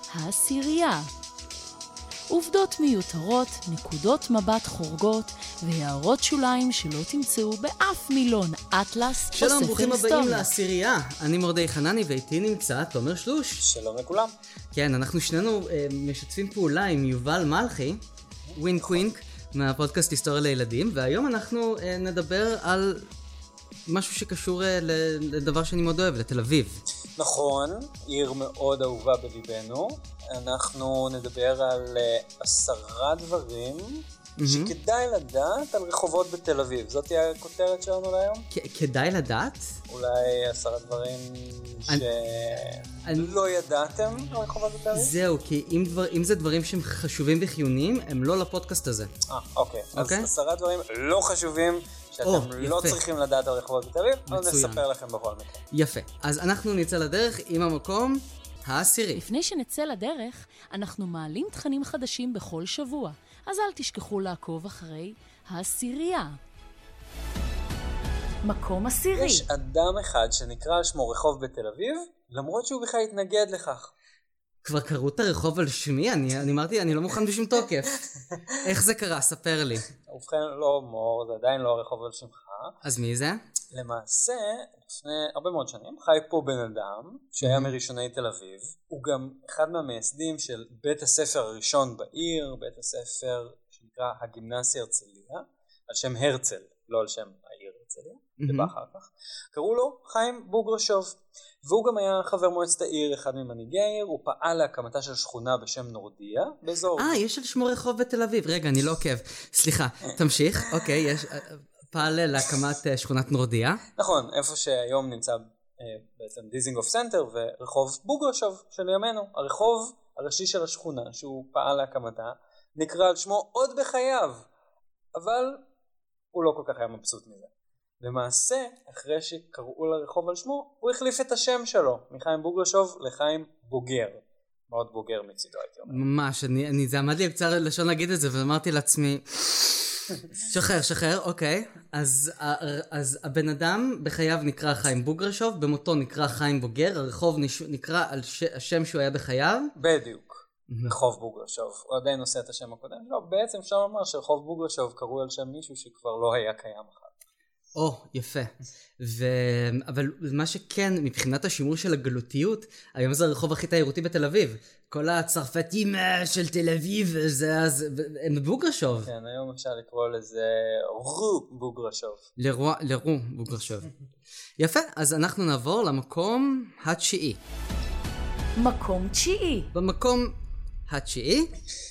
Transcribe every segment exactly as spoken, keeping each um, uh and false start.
העשירייה. עובדות מיותרות, נקודות מבט חורגות והערות שוליים שלא תמצאו באף מילון אטלס או ספר היסטוריה. שלום, ברוכים הבאים לעשירייה. אני מורדי חנני ואיתי נמצא תומר שלוש. שלום לכולם. כן, אנחנו שנינו אה, משתפים פעולה עם יובל מלכי, ווינק ווינק, מהפודקאסט היסטוריה לילדים, והיום אנחנו אה, נדבר על משהו שקשור אה, לדבר שאני מאוד אוהב, לתל אביב. נכון, עיר מאוד אהובה בליבנו. אנחנו נדבר על uh, עשרה דברים mm-hmm. שכדאי לדעת על רחובות בתל אביב. זאת תהיה הכותרת שלנו להיום? כ- כדאי לדעת? אולי עשרה דברים אני... שלא אני... ידעתם על רחובות בתל אביב? זהו, כי אם, דבר, אם זה דברים שהם חשובים וחיוניים, הם לא לפודקאסט הזה. אה, אוקיי. אוקיי? אז עשרה דברים לא חשובים שאתם oh, לא יפה. צריכים לדעת על רחובות בתל אביב, אז נספר לכם בכל מקרה. יפה. אז אנחנו נצא לדרך עם המקום העשירי. לפני שנצא לדרך, אנחנו מעלים תכנים חדשים בכל שבוע, אז אל תשכחו לעקוב אחרי העשירייה. מקום עשירי. יש אדם אחד שנקרא על שמו רחוב בתל אביב, למרות שהוא בכלל התנגד לכך. כבר קראו את הרחוב על שמי? אני, אני אמרתי, אני לא מוכן בשום תוקף. איך זה קרה? ספר לי. ובכן, לא מור, זה עדיין לא הרחוב על שמך. אז מי זה? למעשה, לפני הרבה מאוד שנים, חי פה בן אדם שהיה מראשוני תל אביב. הוא גם אחד מהמייסדים של בית הספר הראשון בעיר, בית הספר שנקרא הגימנסיה הרצליה, על שם הרצל, לא על שם העיר הרצליה, זה בא אחר כך. קראו לו חיים בוגרשוב, והוא גם היה חבר מועצת העיר, אחד ממנהיגי העיר. הוא פעל להקמתה של שכונה בשם נורדיה, באזור... אה, יש על שמו רחוב בתל אביב. רגע, אני לא עוקב. סליחה, תמשיך. אוקיי, יש... פעל להקמת שכונת נורדיה. נכון, איפה שהיום נמצא בעצם דיזינגוף סנטר ורחוב בוגרשוב של ימינו. הרחוב הראשי של השכונה שהוא פעל להקמתה נקרא על שמו עוד בחייו, אבל הוא לא כל כך היה מבסוט מזה. למעשה, אחרי שקראו לרחוב על שמו, הוא החליף את השם שלו מחיים בוגרשוב לחיים בוגר. מאוד בוגר מצידו הייתי אומר. ממש, אני, אני, זה עמד לי קצר לשון להגיד את זה ואמרתי לעצמי... שחרר, שחרר, אוקיי. אז, אז הבן אדם בחייו נקרא חיים בוגרשוב, במותו נקרא חיים בוגר, הרחוב נקרא על ש, השם שהוא היה בחייו. בדיוק, רחוב בוגרשוב. הוא עדיין עושה את השם הקודם. לא, בעצם אפשר לומר שרחוב בוגרשוב קראו על שם מישהו שכבר לא היה קיים אחר. או, יפה. ו... אבל מה שכן, מבחינת השימור של הגלותיות, היום זה הרחוב הכי תיירותי בתל אביב. כל הצרפתים של תל אביב, זה, זה, הם בבוגרשוב. כן, היום אפשר לקרוא לזה רו בוגרשוב. לרו, לרו בוגרשוב. יפה, אז אנחנו נעבור למקום התשיעי. מקום תשיעי. במקום התשיעי,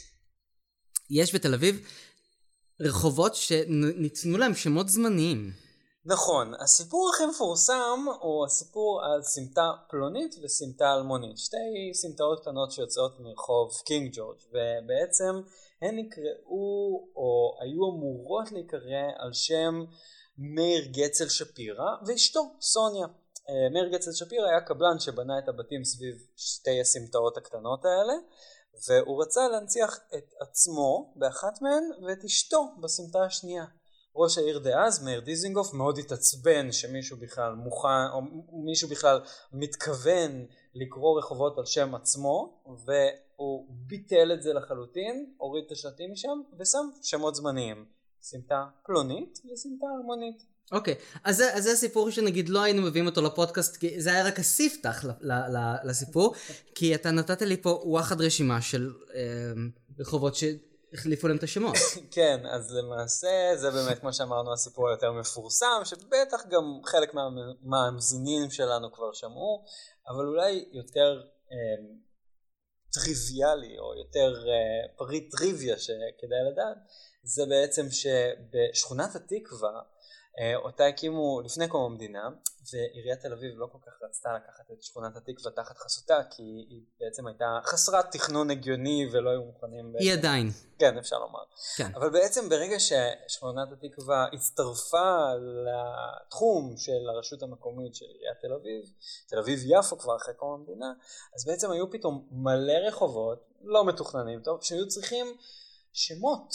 יש בתל אביב רחובות שניתנו להם שמות זמניים. נכון, הסיפור הכי מפורסם הוא הסיפור על סמטה פלונית וסמטה אלמונית. שתי סמטאות קטנות שיוצאות מרחוב קינג ג'ורג', ובעצם הן נקראו או היו אמורות להיקרא על שם מאיר גצל שפירא ואשתו סוניה. מאיר גצל שפירא היה קבלן שבנה את הבתים סביב שתי הסמטאות הקטנות האלה, והוא רצה להנציח את עצמו באחת מהן ואת אשתו בסמטה השנייה. ראש העיר דאז, מאיר דיזינגוף, מאוד התעצבן שמישהו בכלל מוכן, או מישהו בכלל מתכוון לקרוא רחובות על שם עצמו, והוא ביטל את זה לחלוטין, הוריד את השלטים משם, ושם שמות זמניים. סמטה פלונית וסמטה אלמונית. אוקיי, אז זה, אז זה הסיפור שנגיד לא היינו מביאים אותו לפודקאסט, כי זה היה רק הספתח ל, ל, ל, לסיפור, כי אתה נתת לי פה וואחד רשימה של אה, רחובות ש... החליפו להם את השמות. כן, אז למעשה זה באמת כמו שאמרנו הסיפור היותר מפורסם, שבטח גם חלק מהמאזינים שלנו כבר שמעו, אבל אולי יותר אה, טריוויאלי או יותר אה, פריט טריוויה שכדאי לדעת, זה בעצם שבשכונת התקווה, אה, אותה הקימו לפני קום המדינה, ועיריית תל אביב לא כל כך רצתה לקחת את שכונת התקווה תחת חסותה, כי היא בעצם הייתה חסרת תכנון הגיוני ולא היו מוכנים... היא בעצם... עדיין. כן, אפשר לומר. כן. אבל בעצם ברגע ששכונת התקווה הצטרפה לתחום של הרשות המקומית של עיריית תל אביב, תל אביב יפו כבר אחרי קום המדינה, אז בעצם היו פתאום מלא רחובות, לא מתוכננים טוב, שהיו צריכים שמות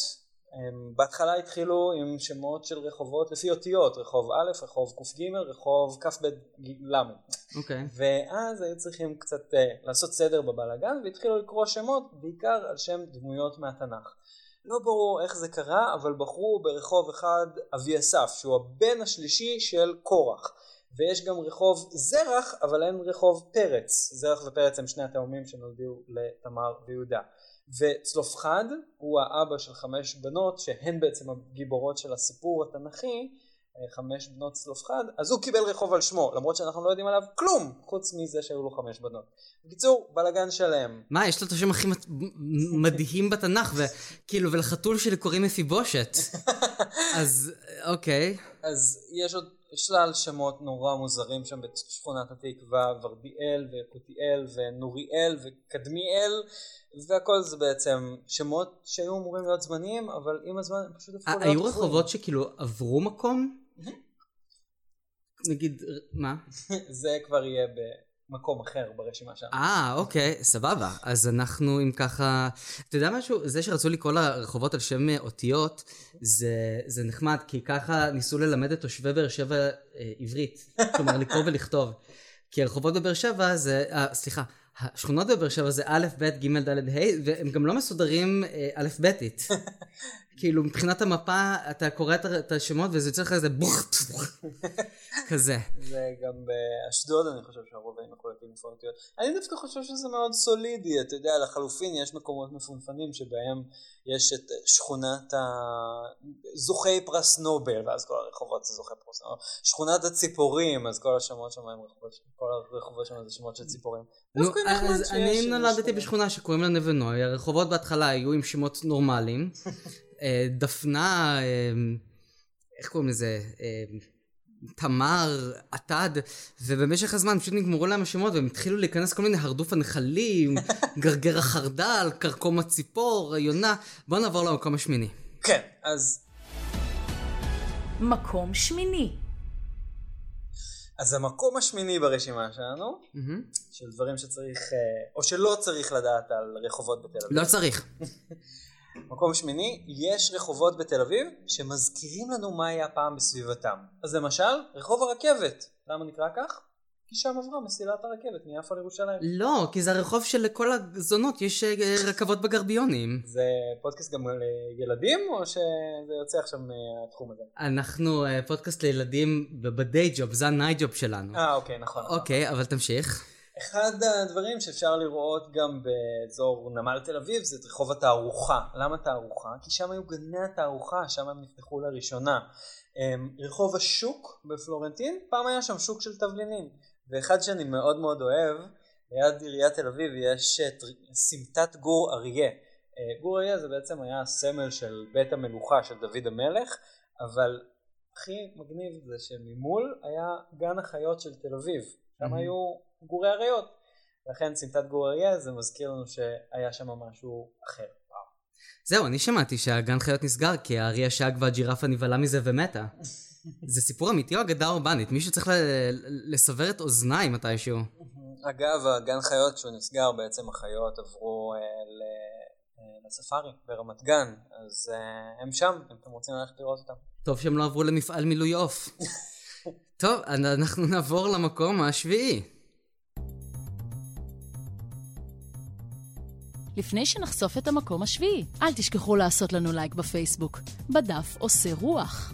בהתחלה התחילו עם שמות של רחובות לפי אותיות, רחוב א', רחוב ק"ג, רחוב כ"ב ל'. אוקיי. ואז היו צריכים קצת uh, לעשות סדר בבלגן, והתחילו לקרוא שמות בעיקר על שם דמויות מהתנ"ך. לא ברור איך זה קרה, אבל בחרו ברחוב אחד אבי אסף, שהוא הבן השלישי של קורח. ויש גם רחוב זרח, אבל אין רחוב פרץ. זרח ופרץ הם שני התאומים שנולדו לתמר ויהודה. וצלופחד הוא האבא של חמש בנות, שהן בעצם הגיבורות של הסיפור התנ"כי, חמש בנות צלופחד, אז הוא קיבל רחוב על שמו, למרות שאנחנו לא יודעים עליו כלום, חוץ מזה שהיו לו חמש בנות. בקיצור, בלגן שלם. מה, יש לו את השם הכי מדהים בתנ"ך, וכאילו, ולחתול שלי קוראים מפיבושת. אז, אוקיי. אז יש עוד שלל שמות נורא מוזרים שם בשכונת התקווה, ורדיאל וקוטיאל ונוריאל וקדמיאל, והכל זה בעצם שמות שהיו אמורים להיות זמניים, אבל עם הזמן הם פשוט הפכו להיות... היו רחובות שכאילו עברו מקום? נגיד, מה? זה כבר יהיה במקום אחר ברשימה שלנו. אה, אוקיי, סבבה. אז אנחנו אם ככה... אתה יודע משהו? זה שרצו לקרוא לרחובות על שם אותיות, זה, זה נחמד, כי ככה ניסו ללמד את תושבי באר שבע אה, עברית. כלומר, לקרוא ולכתוב. כי הרחובות בבאר שבע זה... אה, סליחה. השכונות בבאר שבע זה א', ב', ג', ד', ה', והם גם לא מסודרים א', ב'ית. כאילו, מבחינת המפה, אתה קורא את השמות, וזה יוצא לך איזה בוכט, כזה. זה גם באשדוד, אני חושב שהרובעים הקולטים מפורטיות. אני דווקא חושב שזה מאוד סולידי, אתה יודע, לחלופין יש מקומות מפונפנים, שבהם יש את שכונת זוכי פרס נובל, ואז כל הרחובות זה זוכי פרס נובל. שכונת הציפורים, אז כל השמות שם הם רחובות, כל הרחובות שם זה שמות של ציפורים. אז אני נולדתי בשכונה שקוראים לה נווה נוי, הרחובות בהתחלה היו עם שמות נורמליים, דפנה, איך קוראים לזה, תמר, עתד, ובמשך הזמן פשוט נגמרו להם השמות, והם התחילו להיכנס כל מיני הרדוף הנחלים, גרגר החרדל, קרקום הציפור, יונה. בואו נעבור למקום השמיני. כן, אז... מקום שמיני. אז המקום השמיני ברשימה שלנו, mm-hmm. של דברים שצריך, או שלא צריך לדעת על רחובות בתל אביב. לא צריך. מקום שמיני, יש רחובות בתל אביב שמזכירים לנו מה היה פעם בסביבתם. אז למשל, רחוב הרכבת. למה נקרא כך? כי שם עברה מסילת הרכבת מיפו לירושלים. לא, כי זה הרחוב שלכל הזונות יש רכבות בגרביונים. זה פודקאסט גם לילדים, או שזה יוצא עכשיו מהתחום הזה? אנחנו פודקאסט לילדים בדיי ג'וב, זה הניי ג'וב שלנו. אה, אוקיי, נכון. אוקיי, אבל תמשיך. אחד הדברים שאפשר לראות גם באזור נמל תל אביב זה את רחוב התערוכה. למה תערוכה? כי שם היו גני התערוכה, שם הם נפתחו לראשונה. רחוב השוק בפלורנטין, פעם היה שם שוק של תבלינים. ואחד שאני מאוד מאוד אוהב, ליד עיריית תל אביב יש את סמטת גור אריה. גור אריה זה בעצם היה הסמל של בית המלוכה של דוד המלך, אבל הכי מגניב זה שממול היה גן החיות של תל אביב. שם היו גורי אריות. לכן סמטת גור אריה זה מזכיר לנו שהיה שם משהו אחר. זהו, אני שמעתי שהגן חיות נסגר כי האריה שג והג'ירפה נבהלה מזה ומתה. זה סיפור אמיתי או אגדה אורבנית? מישהו צריך לסבר את אוזניים מתישהו. אגב, הגן חיות שהוא נסגר, בעצם החיות עברו לספארי ברמת גן, אז הם שם, אם אתם רוצים ללכת לראות אותם. טוב שהם לא עברו למפעל מילוי עוף. טוב, אנחנו נעבור למקום השביעי. לפני שנחשוף את המקום השביעי, אל תשכחו לעשות לנו לייק בפייסבוק. בדף עושה רוח.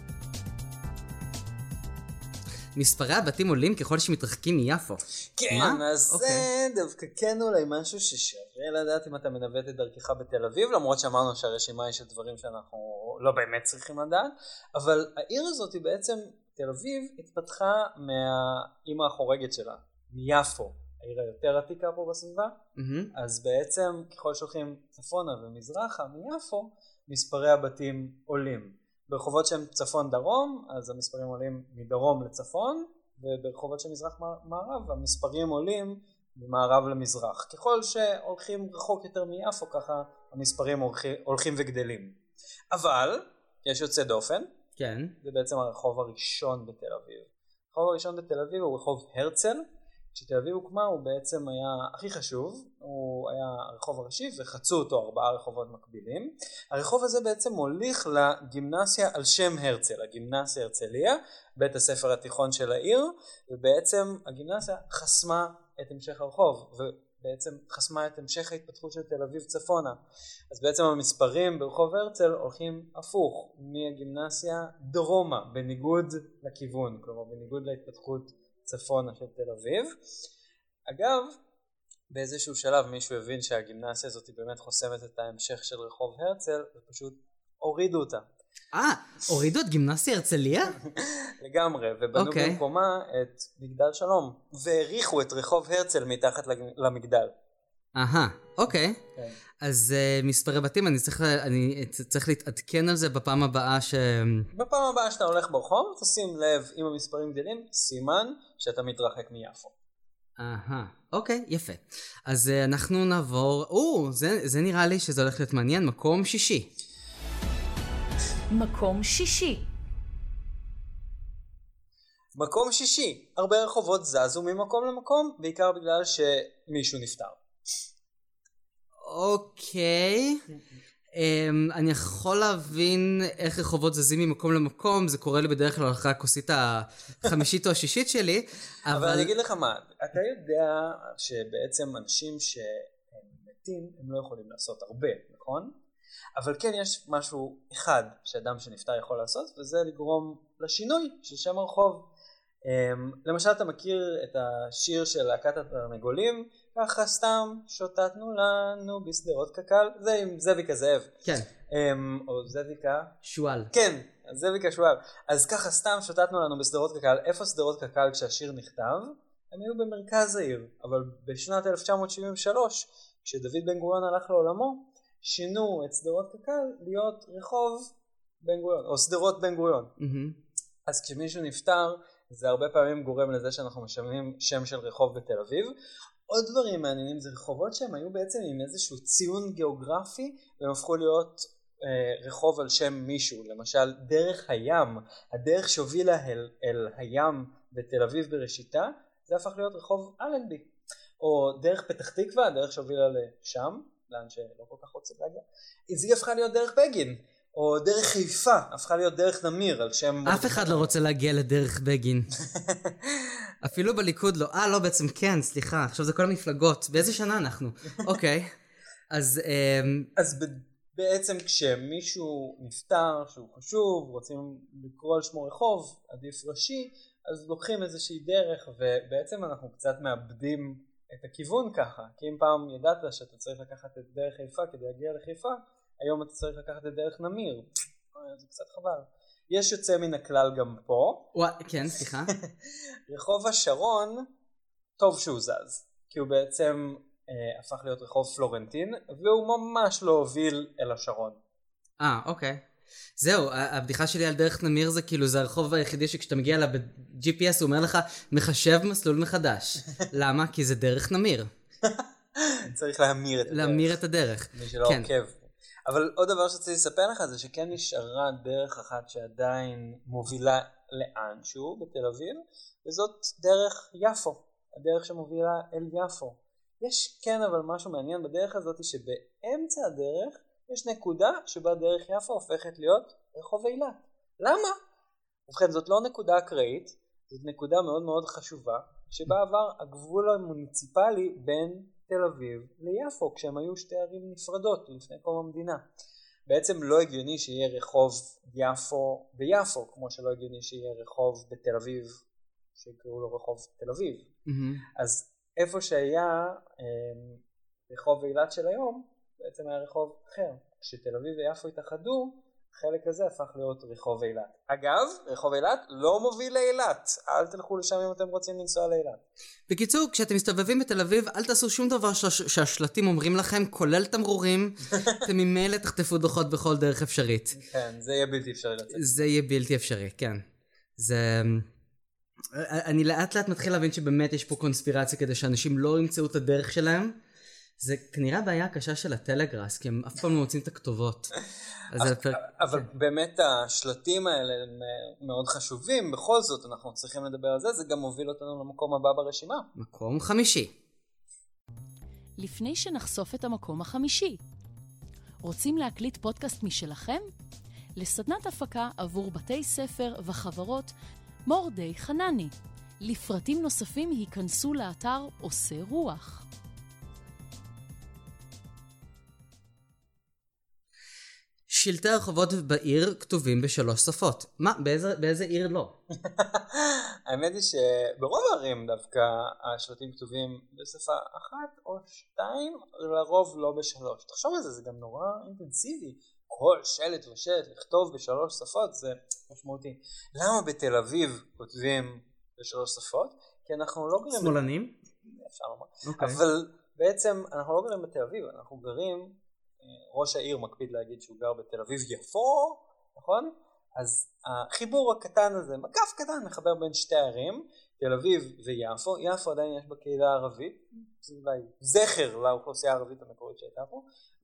מספרי הבתים עולים ככל שמתרחקים מיפו. כן, מה? אז okay. זה דווקא כן אולי משהו ששווה לדעת אם אתה מנווט את דרכך בתל אביב, למרות שאמרנו שהרשימה היא של דברים שאנחנו לא באמת צריכים לדעת, אבל העיר הזאת היא בעצם, תל אביב התפתחה מהאימא החורגת שלה, מיפו. העיר היותר עתיקה פה בסביבה, mm-hmm. אז בעצם ככל שהולכים צפונה ומזרחה מיפו, מספרי הבתים עולים. ברחובות שהם צפון דרום, אז המספרים עולים מדרום לצפון, וברחובות של מזרח מערב, המספרים עולים ממערב למזרח. ככל שהולכים רחוק יותר מיפו, ככה המספרים הולכים וגדלים. אבל, יש יוצא דופן, כן. זה בעצם הרחוב הראשון בתל אביב. הרחוב הראשון בתל אביב הוא רחוב הרצל, כשתל אביב הוקמה הוא בעצם היה הכי חשוב, הוא הוא היה הרחוב הראשי וחצו אותו ארבעה רחובות מקבילים. הרחוב הזה בעצם מוליך לגימנסיה על שם הרצל, הגימנסיה הרצליה, בית הספר התיכון של העיר, ובעצם הגימנסיה חסמה את המשך הרחוב, ובעצם חסמה את המשך ההתפתחות של תל אביב צפונה. אז בעצם המספרים ברחוב הרצל הולכים הפוך, מהגימנסיה דרומה, בניגוד לכיוון, כלומר בניגוד להתפתחות צפונה של תל אביב. אגב, באיזשהו שלב מישהו הבין שהגימנסיה הזאת באמת חוסמת את ההמשך של רחוב הרצל, ופשוט הורידו אותה. אה, הורידו את גימנסיה הרצליה? לגמרי, ובנו okay. במקומה את מגדל שלום, והריחו את רחוב הרצל מתחת למגדל. אהה, אוקיי. כן. אז uh, מספרי בתים, אני צריך, אני צריך להתעדכן על זה בפעם הבאה ש... בפעם הבאה שאתה הולך ברחוב, תשים לב אם המספרים גדלים, סימן שאתה מתרחק מיפו. אהה, אוקיי, יפה. אז uh, אנחנו נעבור, או, זה, זה נראה לי שזה הולך להיות מעניין, מקום שישי. מקום שישי. מקום שישי. הרבה רחובות זזו ממקום למקום, בעיקר בגלל שמישהו נפטר. אוקיי. um, אני יכול להבין איך רחובות זזים ממקום למקום, זה קורה לי בדרך כלל אחרי הכוסית החמישית או השישית שלי. אבל... אבל אני אגיד לך מה, אתה יודע שבעצם אנשים שהם מתים, הם לא יכולים לעשות הרבה, נכון? אבל כן יש משהו אחד שאדם שנפטר יכול לעשות, וזה לגרום לשינוי של שם הרחוב. למשל אתה מכיר את השיר של להקת התרנגולים, ככה סתם שוטטנו לנו בשדרות קק"ל, זה עם זאביק הזאב. כן. או זאביקה. שואל. כן, זאביקה שואל. אז ככה סתם שוטטנו לנו בשדרות קק"ל. איפה שדרות קק"ל כשהשיר נכתב? הם היו במרכז העיר, אבל בשנת אלף תשע מאות שבעים ושלוש, כשדוד בן גוריון הלך לעולמו, שינו את שדרות קק"ל להיות רחוב בן גוריון, או שדרות בן גוריון. Mm-hmm. אז כשמישהו נפטר, זה הרבה פעמים גורם לזה שאנחנו משלמים שם של רחוב בתל אביב. עוד דברים מעניינים זה רחובות שהם היו בעצם עם איזשהו ציון גיאוגרפי, והם הפכו להיות אה, רחוב על שם מישהו. למשל, דרך הים, הדרך שהובילה אל, אל הים בתל אביב בראשיתה, זה הפך להיות רחוב אלנבי. או דרך פתח תקווה, הדרך שהובילה לשם, לאן שלא כל כך רוצה להגיע, היא הפכה להיות דרך בגין. או דרך חיפה, הפכה להיות דרך נמיר על שם... אף אחד לא רוצה להגיע לדרך בגין. אפילו בליכוד לא. אה, לא, בעצם כן, סליחה. עכשיו זה כל המפלגות. באיזה שנה אנחנו? אוקיי. אז... אז בעצם כשמישהו נפטר, שהוא חשוב, רוצים לקרוא על שמו רחוב, עדיף ראשי, אז לוקחים איזושהי דרך, ובעצם אנחנו קצת מאבדים את הכיוון ככה. כי אם פעם ידעת שאתה צריך לקחת את דרך חיפה כדי להגיע לחיפה, היום אתה צריך לקחת את דרך נמיר. זה קצת חבל. יש יוצא מן הכלל גם פה. כן, סליחה. רחוב השרון, טוב שהוא זז. כי הוא בעצם אה, הפך להיות רחוב פלורנטין, והוא ממש לא הוביל אל השרון. אה, אוקיי. זהו, הבדיחה שלי על דרך נמיר זה כאילו, זה הרחוב היחידי שכשאתה מגיע אליו ב-ג'י פי אס הוא אומר לך, מחשב מסלול מחדש. למה? כי זה דרך נמיר. צריך להמיר את הדרך. להמיר את הדרך. מי שלא כן. עוקב. אבל עוד דבר שצריך לספר לך זה שכן נשארה דרך אחת שעדיין מובילה לאנשהו בתל אביב, וזאת דרך יפו, הדרך שמובילה אל יפו. יש כן אבל משהו מעניין בדרך הזאת שבאמצע הדרך יש נקודה שבה דרך יפו הופכת להיות רחוב אילת. למה? ובכן זאת לא נקודה אקראית, זאת נקודה מאוד מאוד חשובה, שבה עבר הגבול המוניציפלי בין תל אביב ליפו, כשהם היו שתי ערים נפרדות לפני קום המדינה. בעצם לא הגיוני שיהיה רחוב יפו ביפו, כמו שלא הגיוני שיהיה רחוב בתל אביב, שיקראו לו רחוב תל אביב. Mm-hmm. אז איפה שהיה אה, רחוב אילת של היום, בעצם היה רחוב אחר. כשתל אביב ויפו התאחדו, החלק הזה הפך להיות רחוב אילת. אגב, רחוב אילת לא מוביל לאילת. אל תלכו לשם אם אתם רוצים לנסוע לאילת. בקיצור, כשאתם מסתובבים בתל אביב, אל תעשו שום דבר שהשלטים אומרים לכם, כולל תמרורים, אתם ממילא תחטפו דוחות בכל דרך אפשרית. כן, זה יהיה בלתי אפשרי לצאת. זה יהיה בלתי אפשרי, כן. זה... אני לאט לאט מתחיל להבין שבאמת יש פה קונספירציה כדי שאנשים לא ימצאו את הדרך שלהם. זה כנראה בעיה קשה של הטלגראס, כי הם אף פעם לא מוצאים את הכתובות. אבל באמת השלטים האלה הם מאוד חשובים, בכל זאת אנחנו צריכים לדבר על זה, זה גם מוביל אותנו למקום הבא ברשימה. מקום חמישי. לפני שנחשוף את המקום החמישי. רוצים להקליט פודקאסט משלכם? לסדנת הפקה עבור בתי ספר וחברות מורדי חנני. לפרטים נוספים היכנסו לאתר עושה רוח. שלטי הרחובות בעיר כתובים בשלוש שפות. מה? באיזה, באיזה עיר לא? האמת היא שברוב הערים דווקא השלטים כתובים בשפה אחת או שתיים, לרוב לא בשלוש. תחשוב על זה, זה גם נורא אינטנסיבי. כל שלט ושלט לכתוב בשלוש שפות זה משמעותי. למה בתל אביב כותבים בשלוש שפות? כי אנחנו לא גרים... שמאלנים? אפשר לומר. Okay. אבל בעצם אנחנו לא גרים בתל אביב, אנחנו גרים, ראש העיר מקפיד להגיד שהוא גר בתל אביב יפו, נכון? אז החיבור הקטן הזה, מקף קטן, מחבר בין שתי ערים, תל אביב ויפו. יפו עדיין יש בקהילה הערבית, זה אולי זכר לאוכלוסייה הערבית המקורית שהייתה פה,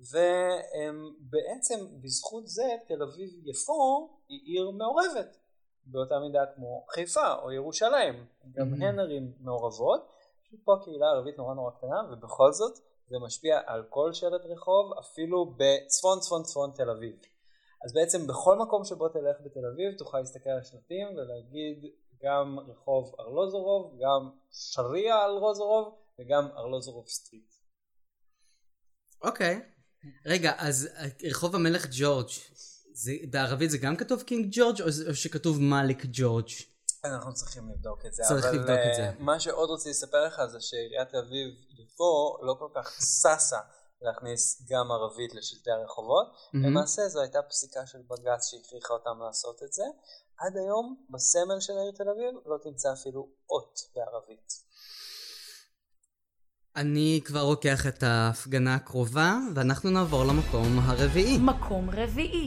ובעצם בזכות זה תל אביב יפו היא עיר מעורבת, באותה מידה כמו חיפה או ירושלים, גם הן ערים מעורבות, פה קהילה ערבית נורא נורא קטנה, ובכל זאת זה משפיע על כל שלט רחוב, אפילו בצפון צפון צפון תל אביב. אז בעצם בכל מקום שבו תלך בתל אביב תוכל להסתכל על השלטים ולהגיד גם רחוב ארלוזורוב, גם שריה ארלוזורוב וגם ארלוזורוב סטריט. אוקיי. רגע, אז רחוב המלך ג'ורג', זה, בערבית זה גם כתוב קינג ג'ורג' או שכתוב מאליק ג'ורג'? אנחנו צריכים לבדוק את זה. צריך אבל לבדוק את זה. מה שעוד רוצה לספר לך זה שעיריית תל אביב יפו לא כל כך ססה להכניס גם ערבית לשלטי הרחובות. Mm-hmm. למעשה זו הייתה פסיקה של בג"ץ שהכריחה אותם לעשות את זה. עד היום בסמל של העיר תל אביב לא תמצא אפילו אות בערבית. אני כבר רוקח את ההפגנה הקרובה ואנחנו נעבור למקום הרביעי. מקום רביעי.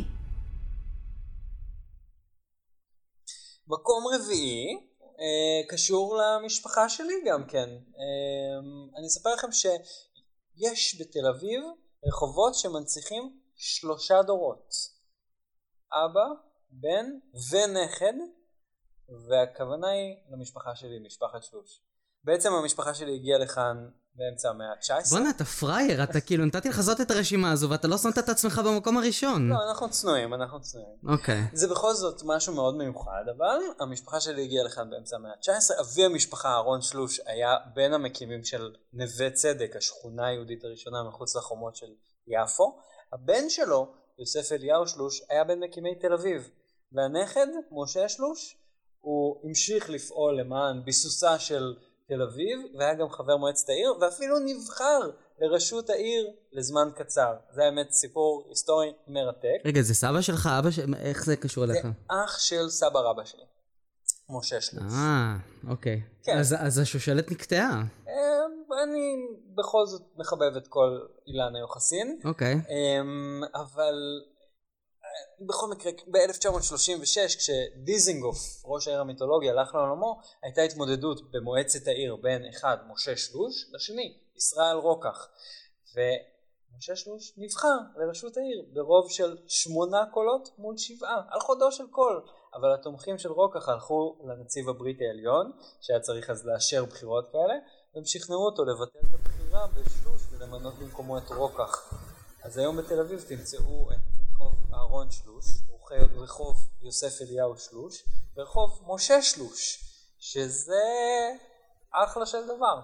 מקום רביעי אה, קשור למשפחה שלי גם כן. אה, אני אספר לכם שיש בתל אביב רחובות שמנציחים שלושה דורות. אבא, בן ונכד, והכוונה היא למשפחה שלי, משפחת שלוש. בעצם המשפחה שלי הגיעה לכאן באמצע המאה ה-תשע עשרה. בוא נה, אתה פרייר, אתה כאילו נתתי לך זאת את הרשימה הזו ואתה לא שמת את עצמך במקום הראשון. לא, אנחנו צנועים, אנחנו צנועים. אוקיי. זה בכל זאת משהו מאוד מיוחד, אבל המשפחה שלי הגיעה לכאן באמצע המאה ה-תשע עשרה. אבי המשפחה, אהרון שלוש, היה בין המקימים של נווה צדק, השכונה היהודית הראשונה מחוץ לחומות של יפו. הבן שלו, יוסף אליהו שלוש, היה בין מקימי תל אביב. והנכד, משה שלוש, הוא המשיך לפעול למען ביסוסה של תל אביב, והיה גם חבר מועצת העיר, ואפילו נבחר לראשות העיר לזמן קצר. זה האמת סיפור היסטורי מרתק. רגע, זה סבא שלך, אבא ש... איך זה קשור אליך? זה אח של סבא רבא שלי, משה שלוש. אה, אוקיי. כן. אז, אז השושלת נקטעה. אני בכל זאת מחבב את כל אילן היוחסין. אוקיי. אבל בכל מקרה, ב-אלף תשע מאות שלושים ושש, כשדיזינגוף, ראש העיר המיתולוגי, הלך לעולמו, הייתה התמודדות במועצת העיר בין אחד, משה שלוש, לשני, ישראל רוקח. ומשה שלוש נבחר לראשות העיר ברוב של שמונה קולות מול שבעה, על חודו של קול. אבל התומכים של רוקח הלכו לנציב הבריטי העליון, שהיה צריך אז לאשר בחירות כאלה, והם שכנעו אותו לבטל את הבחירה בשלוש ולמנות במקומו את רוקח. אז היום בתל אביב תמצאו את רחוב אהרון שלוש, רחוב יוסף אליהו שלוש, ורחוב משה שלוש, שזה אחלה של דבר.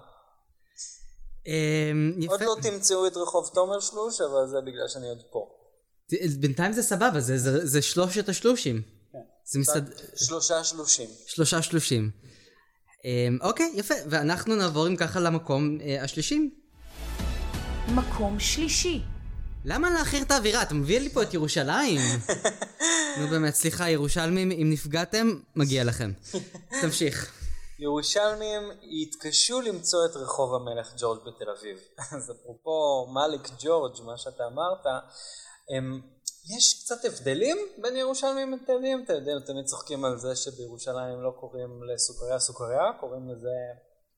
עוד לא תמצאו את רחוב תומר שלוש, אבל זה בגלל שאני עוד פה. בינתיים זה סבבה, זה שלושת השלושים. שלושה שלושים. שלושה שלושים. אוקיי, יפה. ואנחנו נעבור עם ככה למקום השלישי. מקום שלישי. למה להכיר את האווירה? אתה מביא לי פה את ירושלים. נו באמת, סליחה, ירושלמים, אם נפגעתם, מגיע לכם. תמשיך. ירושלמים התקשו למצוא את רחוב המלך ג'ורג' בתל אביב. אז אפרופו מאליק ג'ורג', מה שאתה אמרת, הם, יש קצת הבדלים בין ירושלמים לתל אביב. אתה יודע, תמיד צוחקים על זה שבירושלים לא קוראים לסוכריה סוכריה, קוראים לזה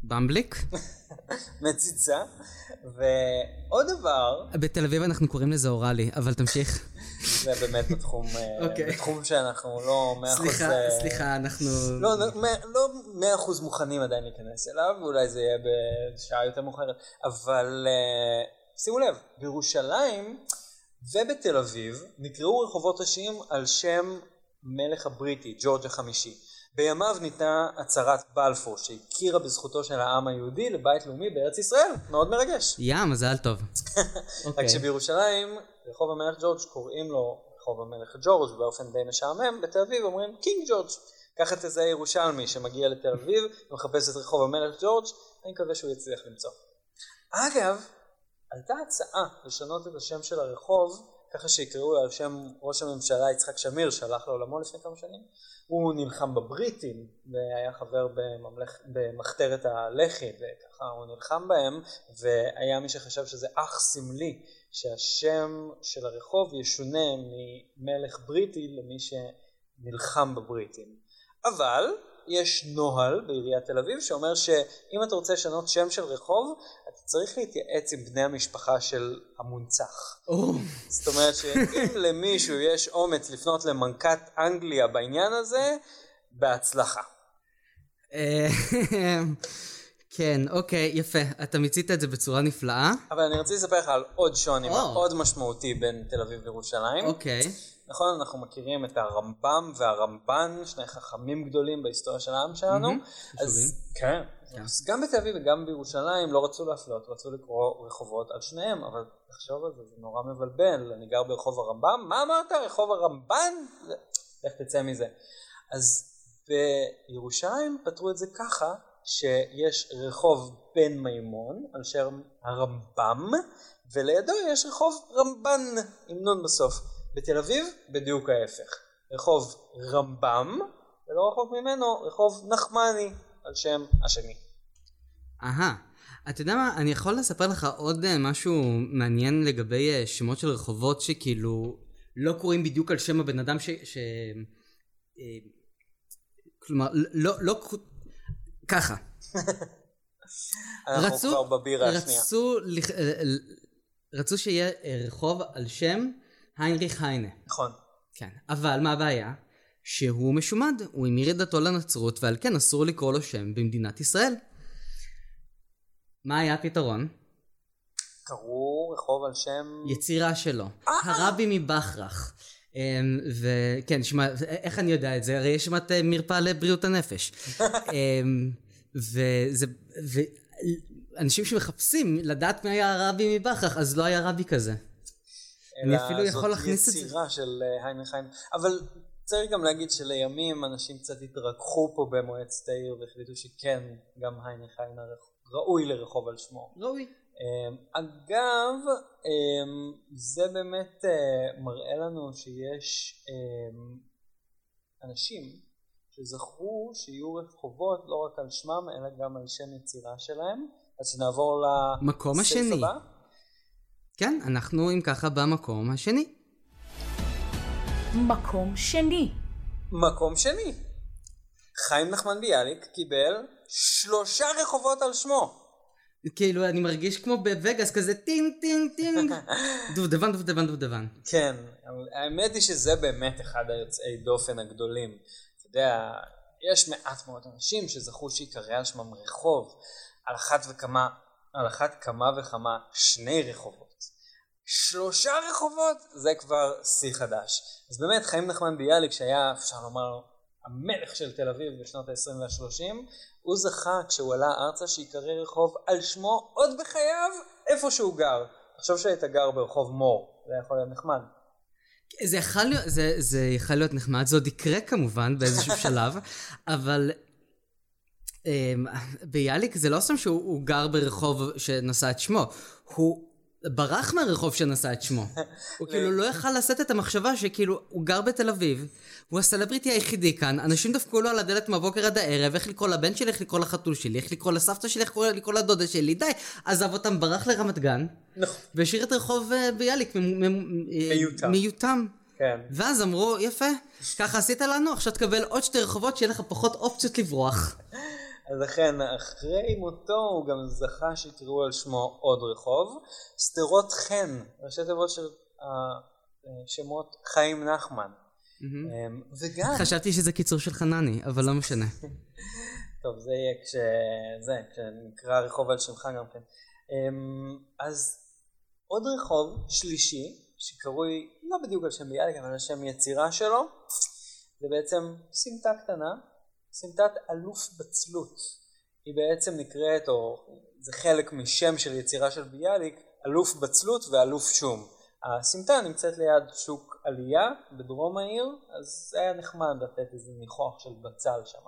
במבליק? מציצה. ועוד דבר... בתל אביב אנחנו קוראים לזה אוראלי, אבל תמשיך. זה באמת בתחום, בתחום שאנחנו לא מאה אחוז... סליחה, סליחה, אנחנו... לא, לא מאה אחוז מוכנים עדיין להיכנס אליו, ואולי זה יהיה בשעה יותר מאוחרת, אבל שימו לב, בירושלים ובתל אביב נקראו רחובות ראשיים על שם מלך הבריטי, ג'ורג' החמישי. בימיו ניתנה הצהרת בלפור שהכירה בזכותו של העם היהודי לבית לאומי בארץ ישראל. מאוד מרגש. יא, מזל טוב. רק שבירושלים רחוב המלך ג'ורג' קוראים לו רחוב המלך ג'ורג' באופן די משעמם. בתל אביב אומרים קינג ג'ורג'. ככה תזהה ירושלמי שמגיע לתל אביב ומחפש את רחוב המלך ג'ורג'. אני מקווה שהוא יצליח למצוא. אגב, הייתה הצעה לשנות את השם של הרחוב ככה שיקראו על שם ראש הממשלה יצחק שמיר שהלך לעולמו לפני כמה שנים. הוא נלחם בבריטים והיה חבר בממלכ... במחתרת הלח"י וככה הוא נלחם בהם, והיה מי שחשב שזה אך סמלי שהשם של הרחוב ישונה ממלך בריטי למי שנלחם בבריטים. אבל יש נוהל בעיריית תל אביב שאומר שאם אתה רוצה לשנות שם של רחוב אתה צריך להתייעץ עם בני המשפחה של המונצח. Oh. זאת אומרת שאם למישהו יש אומץ לפנות למנכ"ת אנגליה בעניין הזה, בהצלחה. כן, אוקיי, יפה. אתה מיצית את זה בצורה נפלאה. אבל אני רוצה לספר לך על עוד שוני oh. מאוד משמעותי בין תל אביב וירושלים. אוקיי. Okay. נכון, אנחנו מכירים את הרמב"ם והרמב"ן, שני חכמים גדולים בהיסטוריה של העם שלנו. Mm-hmm. אז כן, yeah. אז גם בתל אביב וגם בירושלים לא רצו להפלות, רצו לקרוא רחובות על שניהם, אבל תחשוב על זה, זה נורא מבלבל. אני גר ברחוב הרמב"ם, מה אמרת? רחוב הרמב"ן? איך תצא מזה? אז בירושלים פתרו את זה ככה, שיש רחוב בן מימון על שם הרמב"ם, ולידו יש רחוב רמב"ן עם נון בסוף. בתל אביב בדיוק ההפך, רחוב רמב"ם ולא רחוב ממנו רחוב נחמני על שם השני. אהה, אתה יודע מה, אני יכול לספר לך עוד משהו מעניין לגבי שמות של רחובות שכאילו לא קוראים בדיוק על שם הבן אדם ש... ש... כלומר, לא, לא, ככה. אנחנו רצו, כבר בבירה השנייה. רצו, רצו שיהיה רחוב על שם היינריך היינה. נכון. כן, אבל מה הבעיה? שהוא משומד, הוא המיר את דתו לנצרות, ועל כן אסור לקרוא לו שם במדינת ישראל. מה היה הפתרון? קראו רחוב על שם... יצירה שלו. הרבי מבחרח. וכן, שמע, איך אני יודע את זה? הרי יש שמעת מרפאה לבריאות הנפש. וזה... ואנשים שמחפשים לדעת מי היה הרבי מבחרח, אז לא היה רבי כזה. אני אפילו יכול להכניס את זה. זאת יצירה של היינריך היינה. אבל צריך גם להגיד שלימים אנשים קצת התרככו פה במועצת העיר והחליטו שכן, גם היינריך היינה ראוי לרחוב על שמו. ראוי. אגב, זה באמת מראה לנו שיש אנשים שזכרו שיהיו רחובות לא רק על שמם אלא גם על שם יצירה שלהם. אז שנעבור למקום השני. כן, אנחנו אם ככה במקום השני. מקום שני. מקום שני. חיים נחמן ביאליק קיבל שלושה רחובות על שמו. כאילו אני מרגיש כמו בווגאס כזה טינג טינג טינג. דובדבן דובדבן דובדבן. כן, האמת היא שזה באמת אחד היוצאי דופן הגדולים. אתה יודע, יש מעט מאוד אנשים שזכו שיקרא על שמם רחוב. על אחת וכמה, על אחת כמה וכמה שני רחובות. שלושה רחובות זה כבר שיא חדש. אז באמת חיים נחמן ביאליק שהיה אפשר לומר המלך של תל אביב בשנות ה-עשרים וה-שלושים, הוא זכה כשהוא עלה ארצה שיקרא רחוב על שמו עוד בחייו איפה שהוא גר. עכשיו שהיית גר ברחוב מור, זה יכול להיות נחמד. זה יכול להיות, זה, זה יכול להיות נחמד, זה עוד יקרה כמובן באיזשהו שלב, אבל ביאליק זה לא סתם שהוא גר ברחוב שנשא את שמו, הוא ברח מהרחוב שנשא את שמו. הוא כאילו לא יכל לשאת את המחשבה שכאילו הוא גר בתל אביב, הוא הסלבריטי היחידי כאן, אנשים דפקו לו על הדלת מהבוקר עד הערב, איך לקרוא לבן שלי, איך לקרוא לחתול שלי, איך לקרוא לסבתא שלי, איך לקרוא לדודה שלי, די, עזב אותם, ברח לרמת גן, והשאיר את רחוב ביאליק מיותם. ואז אמרו, יפה, ככה עשית לנו, עכשיו תקבל עוד שתי רחובות שיהיה לך פחות אופציות לברוח. אז לכן, אחרי מותו הוא גם זכה שיקראו על שמו עוד רחוב. שדרות חן, ראשי תיבות של שמות חיים נחמן. וגם... חשבתי שזה קיצור של חנני, אבל לא משנה. טוב, זה יהיה כשזה, כשנקרא רחוב על שמך גם כן. אז עוד רחוב שלישי, שקרוי לא בדיוק על שם ביאליק, אבל על שם יצירה שלו, זה בעצם סמטה קטנה, סמטת אלוף בצלות. היא בעצם נקראת, או זה חלק משם של יצירה של ביאליק, אלוף בצלות ואלוף שום. הסמטה נמצאת ליד שוק עלייה בדרום העיר, אז זה היה נחמד לתת איזה ניחוח של בצל שם.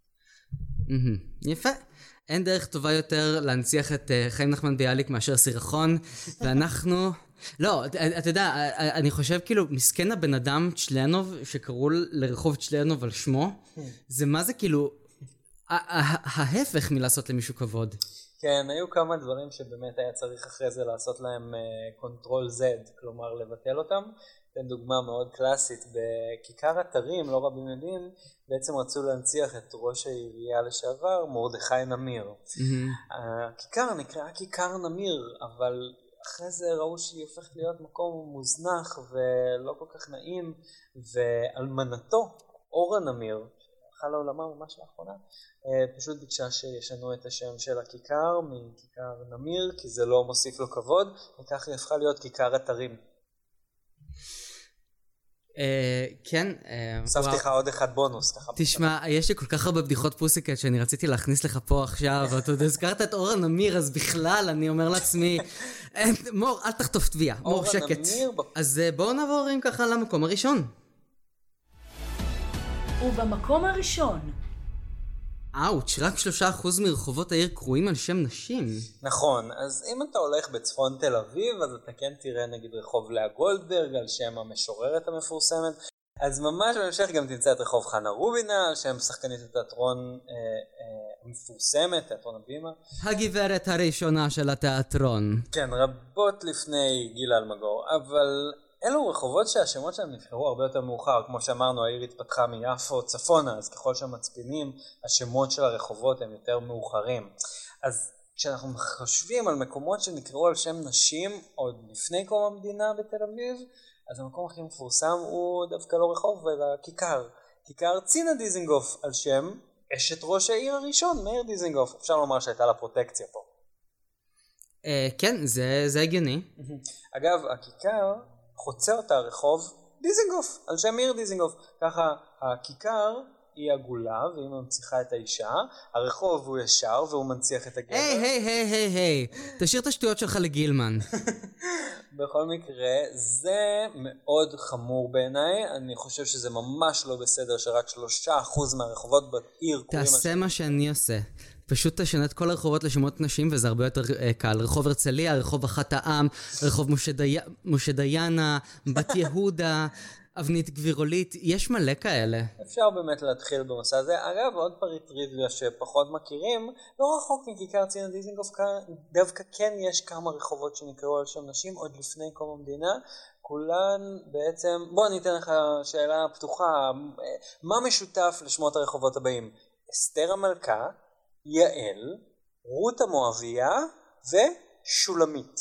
יפה. אין דרך טובה יותר להנציח את חיים נחמן ביאליק מאשר סירחון, ואנחנו... לא, אתה יודע, אני חושב כאילו, מסכן הבן אדם צ'לנוב, שקראו לרחוב צ'לנוב על שמו, זה מה זה כאילו, ההפך מלעשות למישהו כבוד. כן, היו כמה דברים שבאמת היה צריך אחרי זה לעשות להם קונטרול זד, כלומר לבטל אותם. זו דוגמה מאוד קלאסית, בכיכר אתרים, לא רבים יודעים, בעצם רצו להנציח את ראש העירייה לשעבר, מרדכי נמיר. הכיכר נקראה כיכר נמיר, אבל אחרי זה ראו שהיא הופכת להיות מקום מוזנח ולא כל כך נעים, ואלמנתו, אורה נמיר, שהלכה לעולמה ממש לאחרונה, פשוט ביקשה שישנו את השם של הכיכר מכיכר נמיר, כי זה לא מוסיף לו כבוד, וכך היא הפכה להיות כיכר אתרים. כן. הוספתי לך עוד אחד בונוס. תשמע, יש לי כל כך הרבה בדיחות פוסיקט שאני רציתי להכניס לך פה עכשיו, ואתה יודע, הזכרת את אורה נמיר, אז בכלל אני אומר לעצמי, מור, אל תחטוף תביעה, מור שקט. אז בואו נעבור עם ככה למקום הראשון. ובמקום הראשון. אאוץ', רק שלושה אחוז מרחובות העיר קרויים על שם נשים. נכון, אז אם אתה הולך בצפון תל אביב, אז אתה כן תראה נגיד רחוב לאה גולדברג על שם המשוררת המפורסמת, אז ממש בהמשך גם תמצא את רחוב חנה רובינה על שם שחקנית התיאטרון אה, אה, המפורסמת, תיאטרון הבימה. הגברת הראשונה של התיאטרון. כן, רבות לפני גילה אלמגור, אבל... אלו רחובות שהשמות שלהם נבחרו הרבה יותר מאוחר, כמו שאמרנו, העיר התפתחה מיפו צפונה, אז ככל שהמצפינים, השמות של הרחובות הם יותר מאוחרים. אז כשאנחנו חושבים על מקומות שנקראו על שם נשים עוד לפני קום המדינה בתל אביב, אז המקום הכי מפורסם הוא דווקא לא רחוב, אלא כיכר. כיכר צינה דיזנגוף על שם אשת ראש העיר הראשון, מאיר דיזנגוף. אפשר לומר שהייתה לה פרוטקציה פה. כן, זה הגיוני. אגב, הכיכר... חוצה אותה רחוב דיזנגוף, על שם מאיר דיזנגוף. ככה הכיכר היא עגולה והיא מנציחה את האישה, הרחוב הוא ישר והוא מנציח את הגבר. היי היי היי היי היי, תשאיר את השטויות שלך לגילמן. בכל מקרה, זה מאוד חמור בעיניי, אני חושב שזה ממש לא בסדר שרק שלושה אחוז מהרחובות בעיר קוראים... תעשה מה שאני עושה. פשוט תשנה את כל הרחובות לשמות נשים, וזה הרבה יותר קל. רחוב הרצליה, רחוב אחת העם, רחוב משה, די... משה דיינה, בת יהודה, אבנית גבירולית, יש מלא כאלה. אפשר באמת להתחיל במסע הזה. אגב, עוד פריט טריוויה שפחות מכירים, לא רחוק מכיכר צינה דיזנגוף, דווקא כן יש כמה רחובות שנקראו על שם נשים, עוד לפני קום המדינה. כולן בעצם, בוא אני אתן לך שאלה פתוחה, מה משותף לשמות הרחובות הבאים? אסתר המלכה, יעל, רות המואביה ושולמית.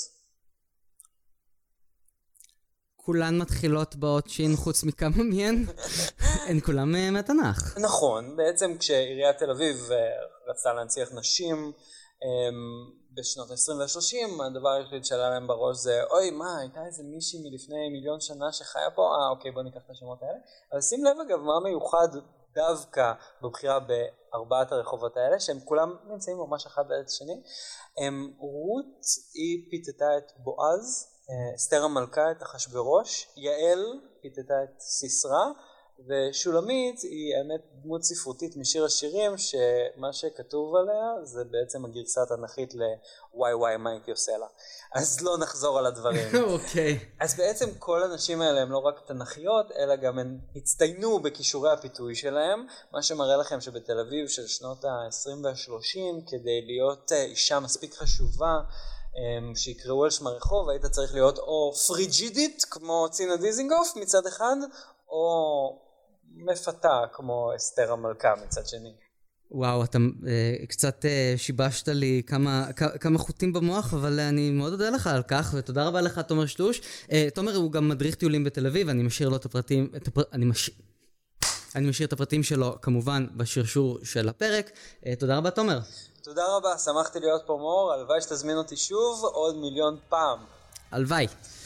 כולן מתחילות באות שין חוץ מכמה מהן, הן כולן מהתנ"ך. נכון, בעצם כשעיריית תל אביב רצתה להנציח נשים בשנות ה-עשרים וה-שלושים, הדבר היחיד שעלה להם בראש זה, אוי מה, הייתה איזה מישהי מלפני מיליון שנה שחיה פה, אה אוקיי בוא ניקח את השמות האלה. אבל שים לב אגב מה מיוחד דווקא בבחירה בארבעת הרחובות האלה, שהם כולם נמצאים ממש אחד ליד השני. רות היא פיתתה את בועז, אסתר המלכה את אחשוורוש, יעל פיתתה את סיסרא, ושולמית היא האמת דמות ספרותית משיר השירים, שמה שכתוב עליה זה בעצם הגרסה התנ"כית לוואי וואי מה הייתי עושה לה. אז לא נחזור על הדברים. אוקיי. אז בעצם כל הנשים האלה הם לא רק תנ"כיות, אלא גם הן הצטיינו בכישורי הפיתוי שלהם, מה שמראה לכם שבתל אביב של שנות ה-עשרים וה-שלושים, כדי להיות אישה מספיק חשובה, שיקראו על שמה רחוב, היית צריך להיות או פריג'ידית כמו צינה דיזנגוף מצד אחד, או מפתה כמו אסתר המלכה מצד שני. וואו, אתה uh, קצת uh, שיבשת לי כמה, כמה חוטים במוח, אבל אני מאוד אודה לך על כך, ותודה רבה לך, תומר שלוש. Uh, תומר הוא גם מדריך טיולים בתל אביב, אני משאיר לו את הפרטים, את הפר... אני, מש... אני משאיר את הפרטים שלו, כמובן, בשרשור של הפרק. Uh, תודה רבה, תומר. תודה רבה, שמחתי להיות פה מור, הלוואי שתזמין אותי שוב עוד מיליון פעם. הלוואי.